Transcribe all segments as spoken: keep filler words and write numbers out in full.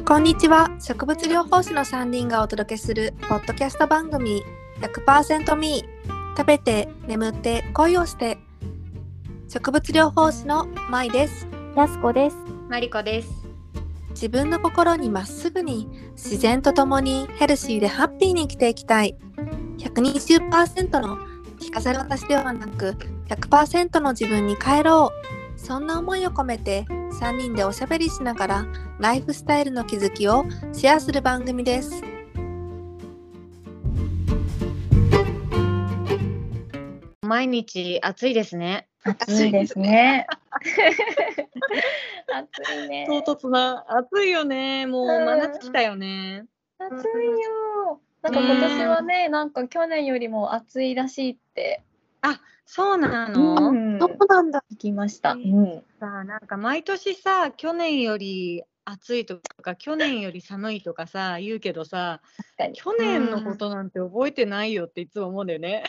こんにちは。植物療法士のさんにんがお届けするポッドキャスト番組 ひゃくパーセント ミー。食べて眠って恋をして。植物療法士のまいです。 やすこです。 まりこです。 自分の心にまっすぐに、自然とともにヘルシーでハッピーに生きていきたい。 ひゃくにじゅっパーセント の着飾る私ではなく ひゃくパーセント の自分に帰ろう。そんな思いを込めてさんにんでおしゃべりしながらライフスタイルの気づきをシェアする番組です。 毎日暑いですね。 暑いですね。暑いね。 唐突な暑いよね。もう真夏来たよね。 暑いよ。なんか今年はね、なんか去年よりも暑いらしいって。 あ、そうなの？ うん、 そうなんだ。 聞きました。 えうん。 さあなんか毎年さ、去年より暑いとか去年より寒いとかさ言うけどさ、 確かに。 去年のことなんて覚えてないよっていつも思うんだよね。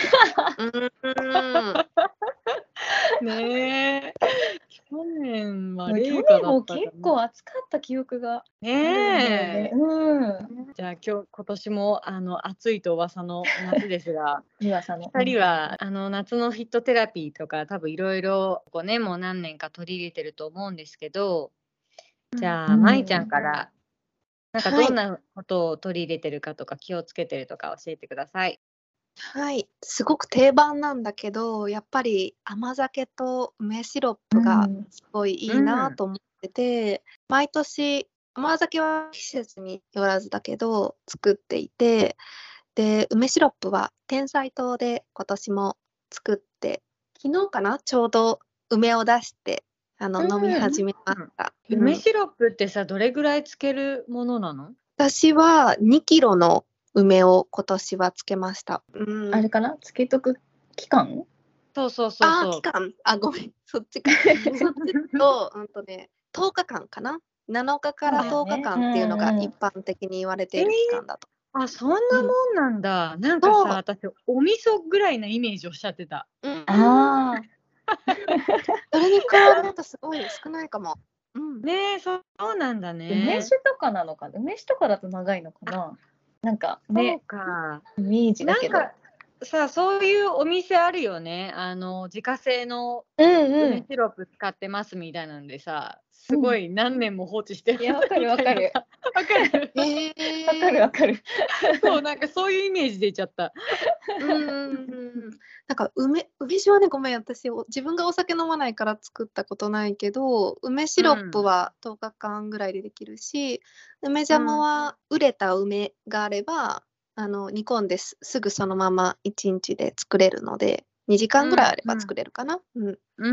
ねえ。去年は去年冷夏だもったかな。 結構暑かった記憶があるんだよねえ。 ね。うん。 じゃあ今日今年もあの暑いと噂の夏ですが、 噂の。 ふたりはあの夏のフィットテラピーとか多分いろいろこうねもう何年か取り入れてると思うんですけど、じゃあ、 うんまいちゃんからなんかはいどんなことを取り入れてるかとか気をつけてるとか教えてください。 はい、すごく定番なんだけど、やっぱり甘酒と梅シロップがうんすごいいいなと思ってて、毎年甘酒は季節によらずだけど作っていて、で梅シロップは天才糖で今年も作って、昨日かなちょうど梅を出してあの、 うん飲み始めました。 梅シロップってさどれぐらいつけるものなの？ 私はにキロの梅を今年はつけました。うん、 あれかな、つけとく期間？ そうそうそうあー、 そう。 期間、あ、ごめん、そっちか。そっちと、うんとね、とおかかんかな。なのかからとおかかんっていうのが一般的に言われている期間だと。 あ、そんなもんなんだ。なんかさ、 そう私お味噌ぐらいなイメージをしちゃってた。 うん、 ああ。 それに比べるとすごい少ないかも。うん、 ねえ、そうそうなんだ梅ね。 酒とかなのかな、梅酒とかだと長いのかな、なんかそうね、 か。 イメージだけど。 なんかさ、そういうお店あるよね。あの自家製のうんう梅ん。 シロップ使ってますみたいなんでさ、すごい何年も放置してるいや、わかるわかる。 わかる。 へわかるわーかる。 そうなんかそういうイメージで言っちゃった。 うんうんうんなんか梅梅酒はね、ごめん、私お自分がお酒飲まないから作ったことないけど、梅シロップはとおかかんぐらいでできるし、梅ジャムは熟れた梅があればあの煮込んですすぐそのままいちにちで作れるので、にじかんぐらいあれば作れるかな。うん、 うん。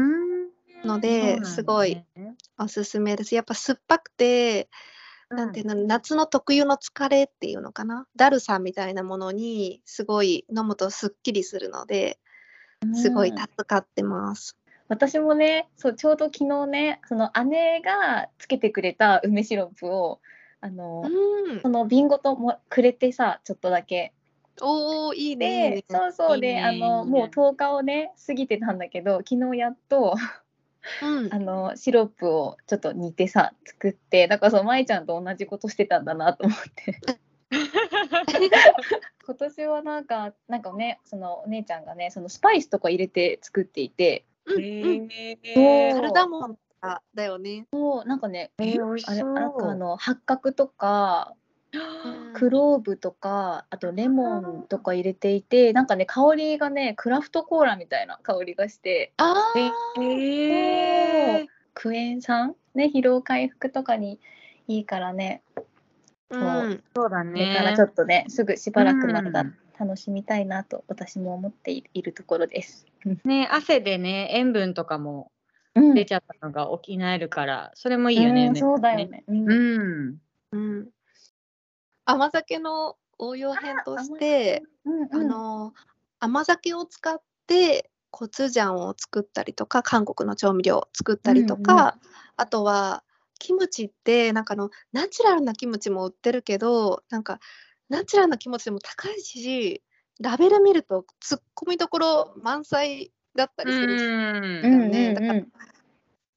のそうでなんだね。 すごいおすすめです。やっぱ酸っぱくて、なんていうの、夏の特有の疲れっていうのかな、だるさみたいなものにすごい飲むとすっきりするので、すごい助かってます。 私もね、そうちょうど昨日ね、その姉がつけてくれた梅シロップをあの、 うん、 その瓶ごともくれてさ、ちょっとだけ。 おー、いいね、いいで、 ね。 そうそうで、 いいねあのもうとおかをね過ぎてたんだけど、昨日やっとうん、 あのシロップをちょっと煮てさ作って、だからそのまいちゃんと同じことしてたんだなと思って今年はなんかなんかね、そのお姉ちゃんがね、そのスパイスとか入れて作っていて、 うん、うん。 へそうえ。 カルダモンとかだよね。 そうなんかね、 えー、美味しあれそう。 なんかあの八角とかうんクローブとか、あとレモンとか入れていて、なんかね香りがねクラフトコーラみたいな香りがして、 あえそうー、 クエン酸ね、疲労回復とかにいいからね、 ー、 そううん、 そうだこれからちょね。 っとねすぐしばらくまたうん楽しみたいなと私も思っているところです。 ね、汗でね、塩分とかもうん、 出ちゃったのが補えるから、それもいいよね、 うん、 梅そうだよね。 ね。うんうん。 うん。甘酒の応用編として、あうんうん、 の甘酒を使ってコチュジャンを作ったりとか、韓国の調味料を作ったりとか、 うんうん、 あとはキムチってなんかあのナチュラルなキムチも売ってるけど、なんかナチュラルなキムチでも高いし、ラベル見ると突っ込みどころ満載だったうりするんん。 だよね。だからうんうんうん、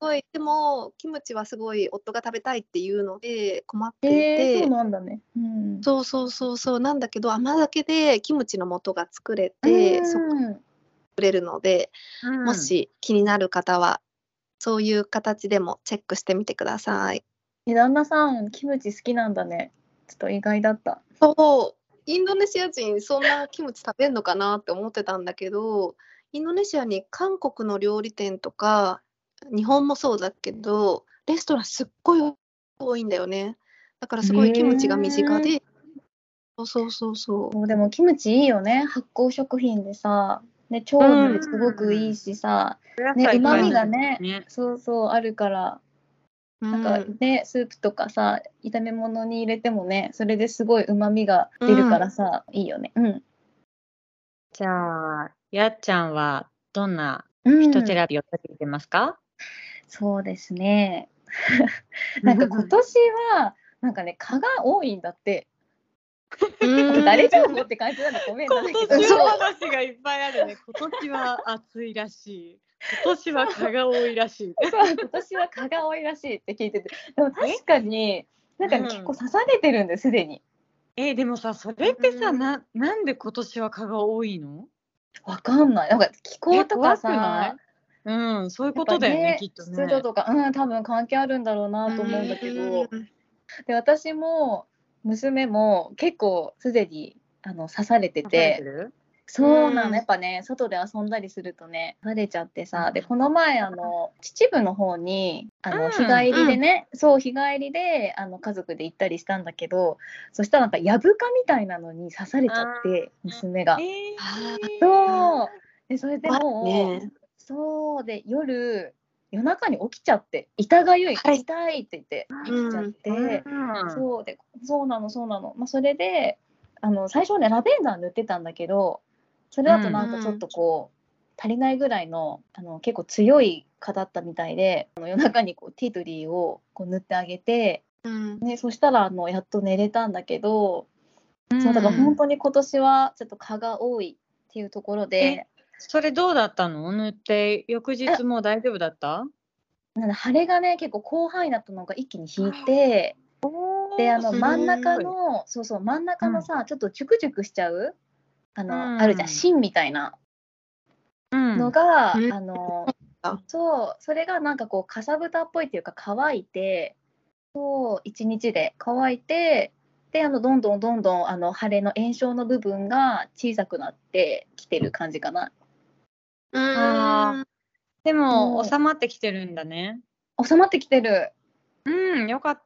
ごい、でもキムチはすごい夫が食べたいっていうので困っていえー、そうて、 なんだね。うん。 そうそうそうそう、なんだけど甘酒でキムチの素が作れうて、そこん。 作れるので、もうん。 し気になる方はそういう形でもチェックしてみてください。 え、旦那さん、キムチ好きなんだね。ちょっと意外だった。 そう、インドネシア人そんなキムチ食べんのかなって思ってたんだけど、インドネシアに韓国の料理店とか、日本もそうだけど、レストランすっごい多いんだよね。だからすごいキムチが身近へー。 で、そうそうそうそもうでもキムチいいよね。発酵食品でさ、ね、 う。 腸うん。 にすごくいいしさ、 お野ね、 菜いっぱい旨味うん。 がね、 ね。 そうそうあるから、 うなんかん。 ね、スープとかさ、炒め物に入れてもね、それですごい旨味がう出るかん。 らさ、いいよね。うん。 じゃあ、やっちゃんはどんなうフィトテん。 ラピーを取り入れてますか？ そうですね。なんか今年は、なんかね、蚊が多いんだって。 うあと誰ーん。 情報って感じなんだ。ごめんなんだけど。 今年そう。 は話がいっぱいあるね。今年は暑いらしい。今年は蚊が多いらしい。 そう、今年は蚊が多いらしいって聞いてて。でも確かに、なんかね、 うん結構刺されてるんです、すでに。 え、でもさ、それってさ、 うん。 ななんで今年は蚊が多いの？ わかんない。なんか気候え、 とか怖くなさ、 い？うん、そういうやっぱことだよね、 ね、 きっとね。 湿度とか、うん、多分関係あるんだろううなと思うんだけど、 ーん。 で、私も娘も結構すでにあの刺されて刺されてて、 る？ そうなの、やうん。 っぱね、外で遊んだりするとね、刺されちゃってあさ、で、この前、あの、秩父の方に、あの、日うん。 帰りうん。 でね、そう、日帰りで、あの、家族で行ったりしたんだけど、そしたらなんか、ヤブ蚊みたいなのに刺されちゃっあて、 あ、 娘が。 えああ、 そう。で、それで怖いもう、 ね。 そうで、夜、夜中に起きちゃって、痛がゆい、 はい。 痛いって言って起きちゃっうん。 て、 うん。 そうで、そうなの、そうなの。まあ、それで、あの、最初はね、ラベンダー塗ってたんだけど、それだとうん。 なんかちょっとこう、足りないぐらいの、あの、結構強い蚊だったみたいで、あの夜中にこうティートリーをこう塗ってあげて、 うん。 ね、そしたらあのやっと寝れたんだけど、 うそうだから本ん。 当に今年はちょっと蚊が多いっていうところえ、 で、 それどうだったの？塗って翌え、 日もう大丈夫だった？ なんだ腫れがね、結構広範囲だったのが一気に引いて、で、あおお、 のす真ん中ごい。 の、そうそう、真ん中うん。 のさ、ちょっとチュクチュクしちゃう、あうの、あるじゃん、 ん。 芯みたいなうのん。 が、 うん。 あの、 あ、 そう、それがなんかこう、かさぶたっぽいっていうか、乾いて、そう、いちにちで乾いて、で、あの、どんどんどんどん、あの、腫れの炎症の部分が小さくなってきてる感じかな。 うああ、 ーん。 でもそ収まってきてるんだね。 う、収まってきてる。 うん、よかった。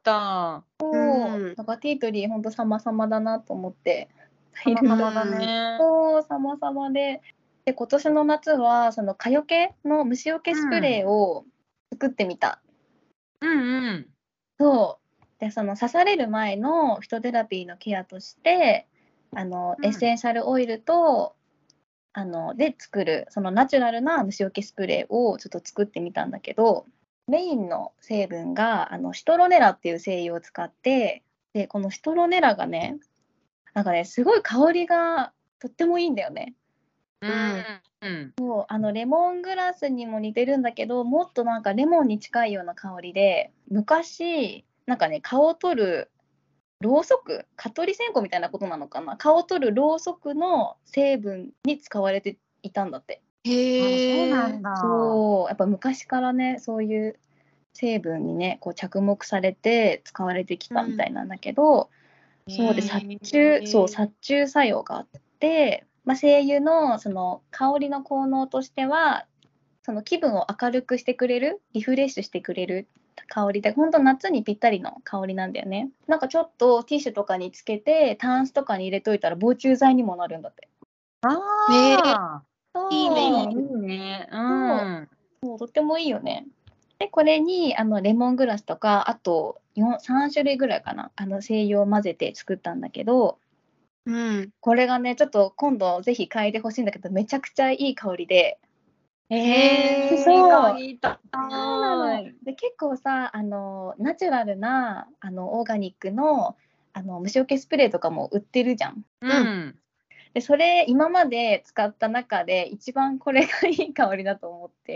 うそう、 ん。 だからティートリーほんと様々だなと思っているんだ。 様々だね。 そう、様々で。で、今年の夏は、その蚊よけの虫除けスプレーを作ってみた。 うんうん。 そう。で、その刺される前のフィトテラピーのケアとして、あの、 うん。 エッセンシャルオイルと、あの、で作る、そのナチュラルな虫除けスプレーをちょっと作ってみたんだけど、メインの成分が、あの、シトロネラっていう精油を使って、で、このシトロネラがね、なんかね、すごい香りがとってもいいんだよね。 ううん。 ん。 そう、あのレモングラスにも似てるんだけど、もっとなんかレモンに近いような香りで、昔、なんかね、蚊を取るろうそく、蚊取り線香みたいなことなのかな、蚊を取るろうそくの成分に使われていたんだって。 あ、そうなへえ。 んだ。 そう、やっぱ昔からね、そういう成分にね、こう着目されて使われてきたみたうん。 いなんだけど、そうで、殺虫、そう、殺虫作用があって、まあ、精油のその香りの効能としては、その気分を明るくしてくれる、リフレッシュしてくれる香りで、本当夏にぴったりの香りなんだよね。なんかちょっとティッシュとかにつけて、タンスとかに入れといたら防虫剤にもなるんだって。 へえ、 ああ、 いいね、いいそう、 いいね。 ね。うそう、 ん。 そうとってもいいよね。で、これにあのレモングラスとか、あとよん、さん種類ぐらいかな、あの精油を混ぜて作ったんだけど、 うん。 これがね、ちょっと今度ぜひ嗅いでほしいんだけど、めちゃくちゃいい香りで、 えー、 へえ。 そう、 嗅いたそうなの。 い。 で、結構さ、あの、ナチュラルな、あの、オーガニックの、あの、虫除けスプレーとかも売ってるじゃん。 ううん。 ん。 で、それ、今まで使った中で、一番これがいい香りだと思って。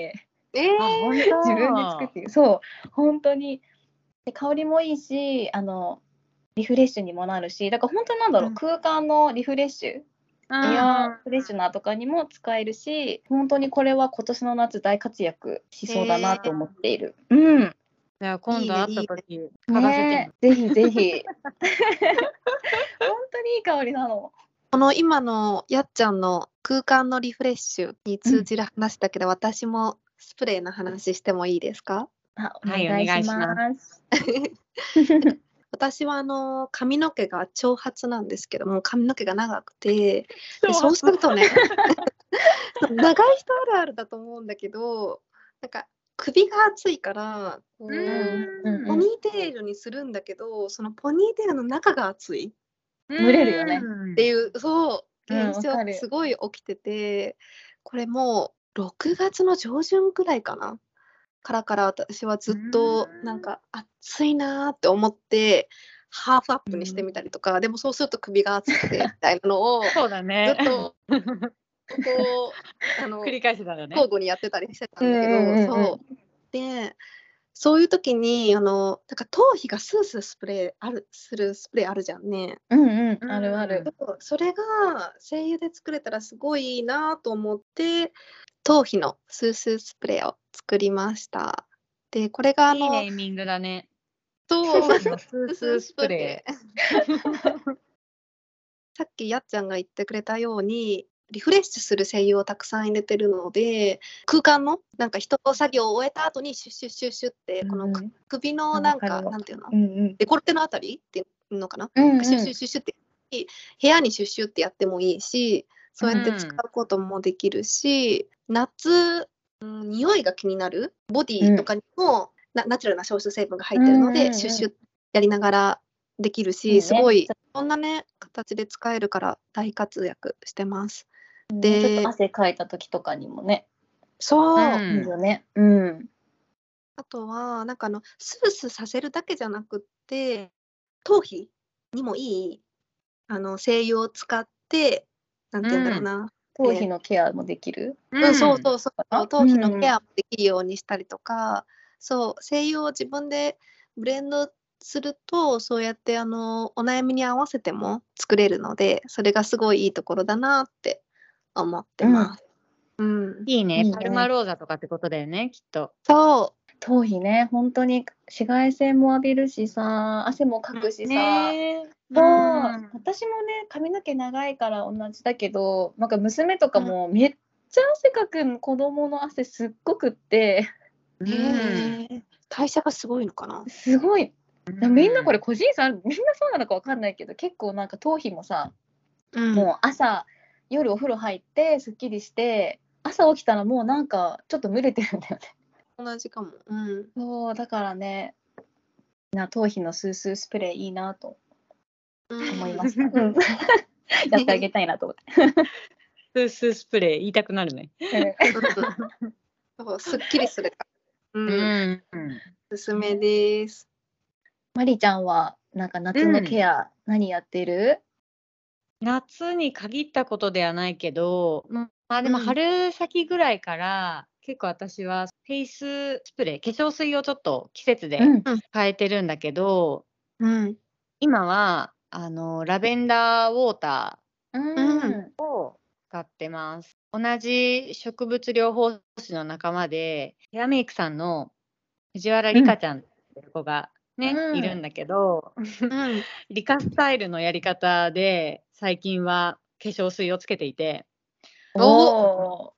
えあ、 ー、 本自分で作っ当。 ている。そう本当に。で香りもいいし、あのリフレッシュにもなるし、だから本当なんだろう、 うん空間のリフレッシュ、エアフレッシュナーとかにも使えるし、本当にこれは今年の夏大活躍しそうだなと思っている。うん。 じゃあ今度会った時嗅がせてねえ、ぜひぜひ。本当にいい香りなの。 この今のやっちゃんの空間のリフレッシュに通じる話だけど、私もスプレーの話してもいいですか？ あ、おはい、お願いし願いしまます。 私はあの髪の毛が長髪なんですけども、髪の毛が長くて、でそうするとね長い人あるあるだと思うんだけど、なんか首が厚いからこう、 うーんポニーテールにするんだけど、そのポニーテールの中が厚い蒸れるよねっていうそううん現象がわかるすごい起きてて、これもうろくがつの上旬くらいかなからから私はずっとなんか暑いなーって思ってハーフアップにしてみたりとか、でもそうすると首が熱くてみたいなのをそうだずっね。 とこうあの繰り返してたんだね。 交互にやってたりしてたんだけど、 うんうんうんうんそうでそういう時にあのなんか頭皮がスースースプレーあるするスプレーあるじゃんね。 うんうん、 うんあるある。 そうそれが精油で作れたらすごいいいなと思って頭皮のスースースプレーを作りました。でこれがあいいのネーミングだね。 そう頭皮のスースースプレー。 さっきやっちゃんが言ってくれたようにリフレッシュする精油をたくさん入れてるので、空間のなんか人と作業を終えた後にシュッシュッシュッシュッってこのうんうん首のなんかわかるわなんていうのうんうんデコルテのあたりっていうのかな、 うんうんシュッシュッシュッシュッって部屋にシュッシュッってやってもいいし、そうやって使うこともできるし、夏、うん、匂いが気になるボディとかにも、なナチュラルな消臭成分が入ってるので、 うんうんうんシュッシュッやりながらできるし、 いいねすごいそんなね形で使えるから大活躍してます。 ちょっでと汗かいた時とかにもね、 そう、 うんいいよね。うん。 あとはなんかあのスースーさせるだけじゃなくって頭皮にもいいあの精油を使ってなんて言うんだろうな、 頭皮のケアもできる。 うん、そうそうそう、 あ頭皮のうんケアもできるようにしたりとか、そう精油を自分でブレンドするとそうやってあのお悩みに合わせても作れるので、それがすごいいいところだなって思ってます。うん、 いいね。 いいねパルマローザとかってことだよね、きっと。 そ頭皮ね、本当に紫外線も浴びるしさ、汗もかくしさ。 ねえ。 そう、 うん私もね、髪の毛長いから同じだけど、なんか娘とかもめっちゃ汗かくん、子供の汗すっごくって、 う、へえ、代謝がすごいのかな。 すごい。 うんみんなこれ個人差ある、みんなそうなのかわかんないけど、結構なんか頭皮もさ、 うん、 もう朝、夜お風呂入ってすっきりして、朝起きたらもうなんかちょっと蒸れてるんだよね。 同じかも。うん。 そう、だからね、な頭皮のスースースプレーいいなと思いました。うんやってあげたいなと思って。 スースースプレー言いたくなるね。 そうすっきりするから。うん。 ん。 おすすめです。 マリちゃんはなんか夏のケア、何やってる？ 夏に限ったことではないけど、まあでもうん春先ぐらいから結構私はフェイススプレー、化粧水をちょっと季節でうん。 変えてるんだけど、 うん。 今はあのラベンダーウォータうん。 うんーを使ってます。同じ植物療法士の仲間でヘアメイクさんの藤原梨香ちゃんっていう子がね、 うんいるんだけど、 うん。 リカスタイルのやり方で最近は化粧水をつけていて、 おー。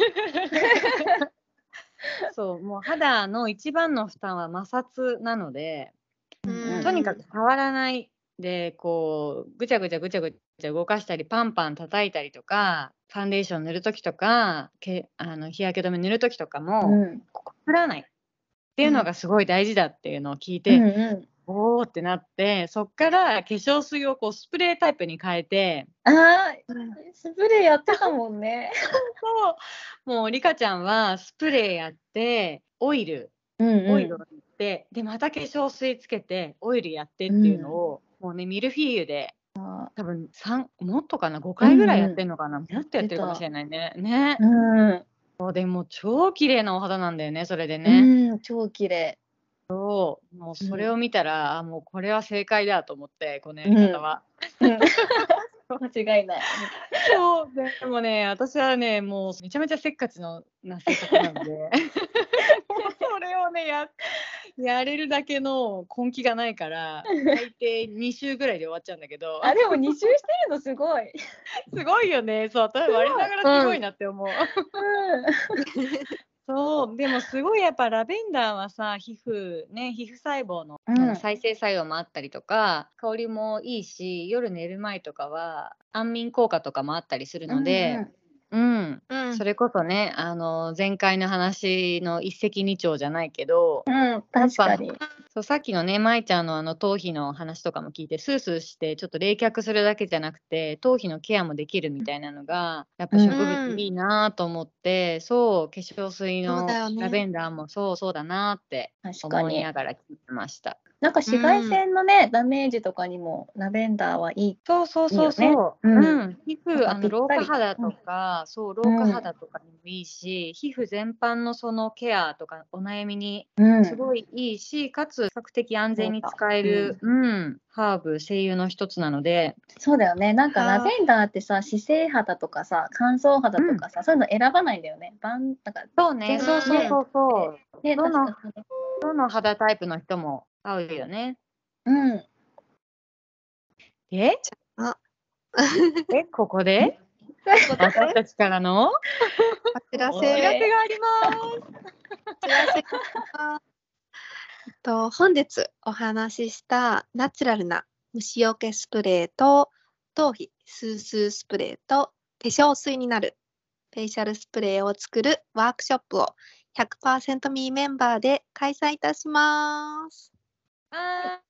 そうもう肌の一番の負担は摩擦なので、 うんとにかく触らないでこうぐちゃぐちゃぐちゃぐちゃ動かしたりパンパン叩いたりとか、ファンデーション塗る時とかけあの日焼け止め塗る時とかも、 うんこすらないっていうのがすごい大事だっていうのを聞いうんて、 うおーってなって、そっから化粧水をこうスプレータイプに変えて、 ん。あー、 うんスプレーやってたもんね。 そうもうリカちゃんはスプレーやってオイルうんオイルを塗ってでまた化粧水つけてオイルやってっていうのを、もうねミルフィーユで多分さんもっとかなごかいぐらいやってんのかな、もっとやってるかもしれないね。ね。 うん。 そうでも超綺麗なお肌なんだよね、それでうね。 ん、超綺麗。 そうもうそれを見たら、あもうこれは正解だと思って、このやり方は。 うん、間違いない。 そうでもね、私はね、もうめちゃめちゃせっかちのな性格なんで、もうそれをねややれるだけの根気がないから、大抵に週ぐらいで終わっちゃうんだけど。 あ、でもに周してるのすごい。 すごいよね。そう、私我ながらすごいなって思う。 うん。 そう、でもすごいやっぱラベンダーはさ、皮膚ね、皮膚細胞の、 うんあの再生作用もあったりとか、香りもいいし、夜寝る前とかは安眠効果とかもあったりするので、うん、 うんそれこそね、あの前回の話の一石二鳥じゃないけど、 うん、うん、確かに。 そうさっきのね、舞ちゃんのあの頭皮の話とかも聞いて、スースーしてちょっと冷却するだけじゃなくて、頭皮のケアもできるみたいなのが、やっぱ植物いいなと思って、そう、化粧水そうだのよねラベンダーもそうそうだなって確かに思いながら聞いてました。 なんか紫外線のね、ダメージとかにもラベンダーはいい。 そうそうそういいよそう。 ね。 ううんん。皮なん膚、あの、 かぴったり老化肌とか、そう、老化肌とかにもいいし、皮膚全般のそのケアとかお悩みにうん、 すごいいいし、かつ比較的安全にそうだ使える、うん、ハーブ、精油の一つなので、 そうだよね。なんかはあラベンダーってさ、脂性肌とかさ、乾燥肌とかさ、そういうの選ばないんだよね。ばんなんかそうね、 全そうそうそうそう。 ね、 どの、 確かに。 どの肌タイプの人も合うよね。 うん。 えあえ、ここで私たちからのお知らお知らせせがあります。 お知らせがえっと本日お話ししたナチュラルな虫除けスプレーと頭皮スースースプレーと化粧水になるフェイシャルスプレーを作るワークショップを ひゃくパーセント ミーメンバーで開催いたします。 あ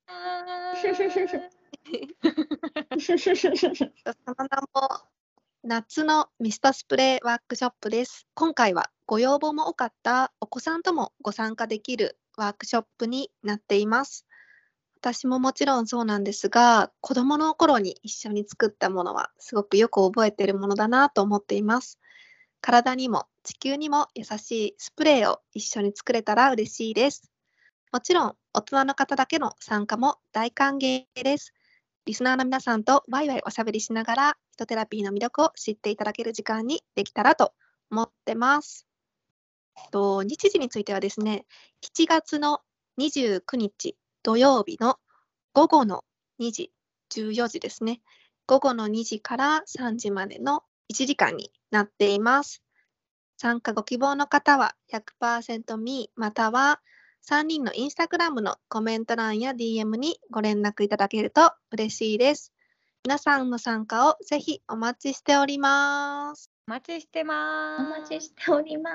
その名も夏のミストスプレーワークショップです。今回はご要望も多かったお子さんともご参加できるワークショップになっています。私ももちろんそうなんですが、子供の頃に一緒に作ったものはすごくよく覚えているものだなと思っています。体にも地球にも優しいスプレーを一緒に作れたら嬉しいです。もちろん大人の方だけの参加も大歓迎です。リスナーの皆さんとワイワイおしゃべりしながらヒトテラピーの魅力を知っていただける時間にできたらと思ってます。と日時についてはですね、しちがつのにじゅうくにち土曜日の午後のにじ、じゅうよじですね。午後のにじからさんじまでのいちじかんになっています。参加ご希望の方は ひゃくパーセント ミーまたはさんにんのインスタグラムのコメント欄や ディーエム にご連絡いただけると嬉しいです。皆さんの参加をぜひお待ちしております。 お待ちしてまおす。 待ちしております。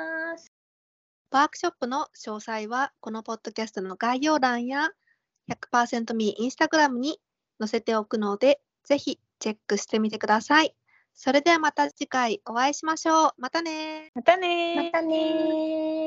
ワークショップの詳細はこのポッドキャストの概要欄や ひゃくパーセント ミーインスタグラムに載せておくので、ぜひチェックしてみてください。それではまた次回お会いしましょう。またね。 またねー。 またねー。